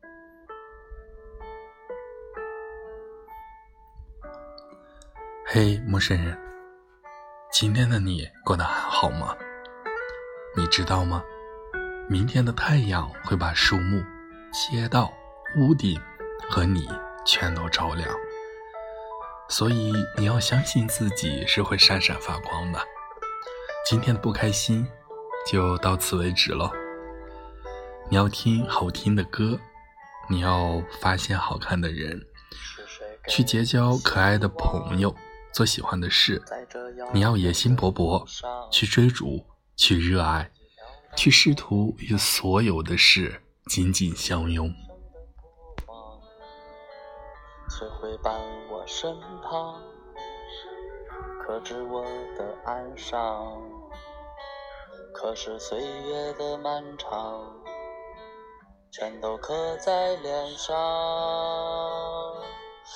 嘿，陌生人，今天的你过得还好吗？你知道吗？明天的太阳会把树木、街道、屋顶和你全都照亮，所以你要相信自己是会闪闪发光的。今天的不开心就到此为止了。你要听好听的歌，你要发现好看的人，去结交可爱的朋友，做喜欢的事。你要野心勃勃，去追逐，去热爱，去试图与所有的事紧紧相拥。 谁会伴我身旁，可知我的哀伤，可是岁月的漫长，全都刻在脸上。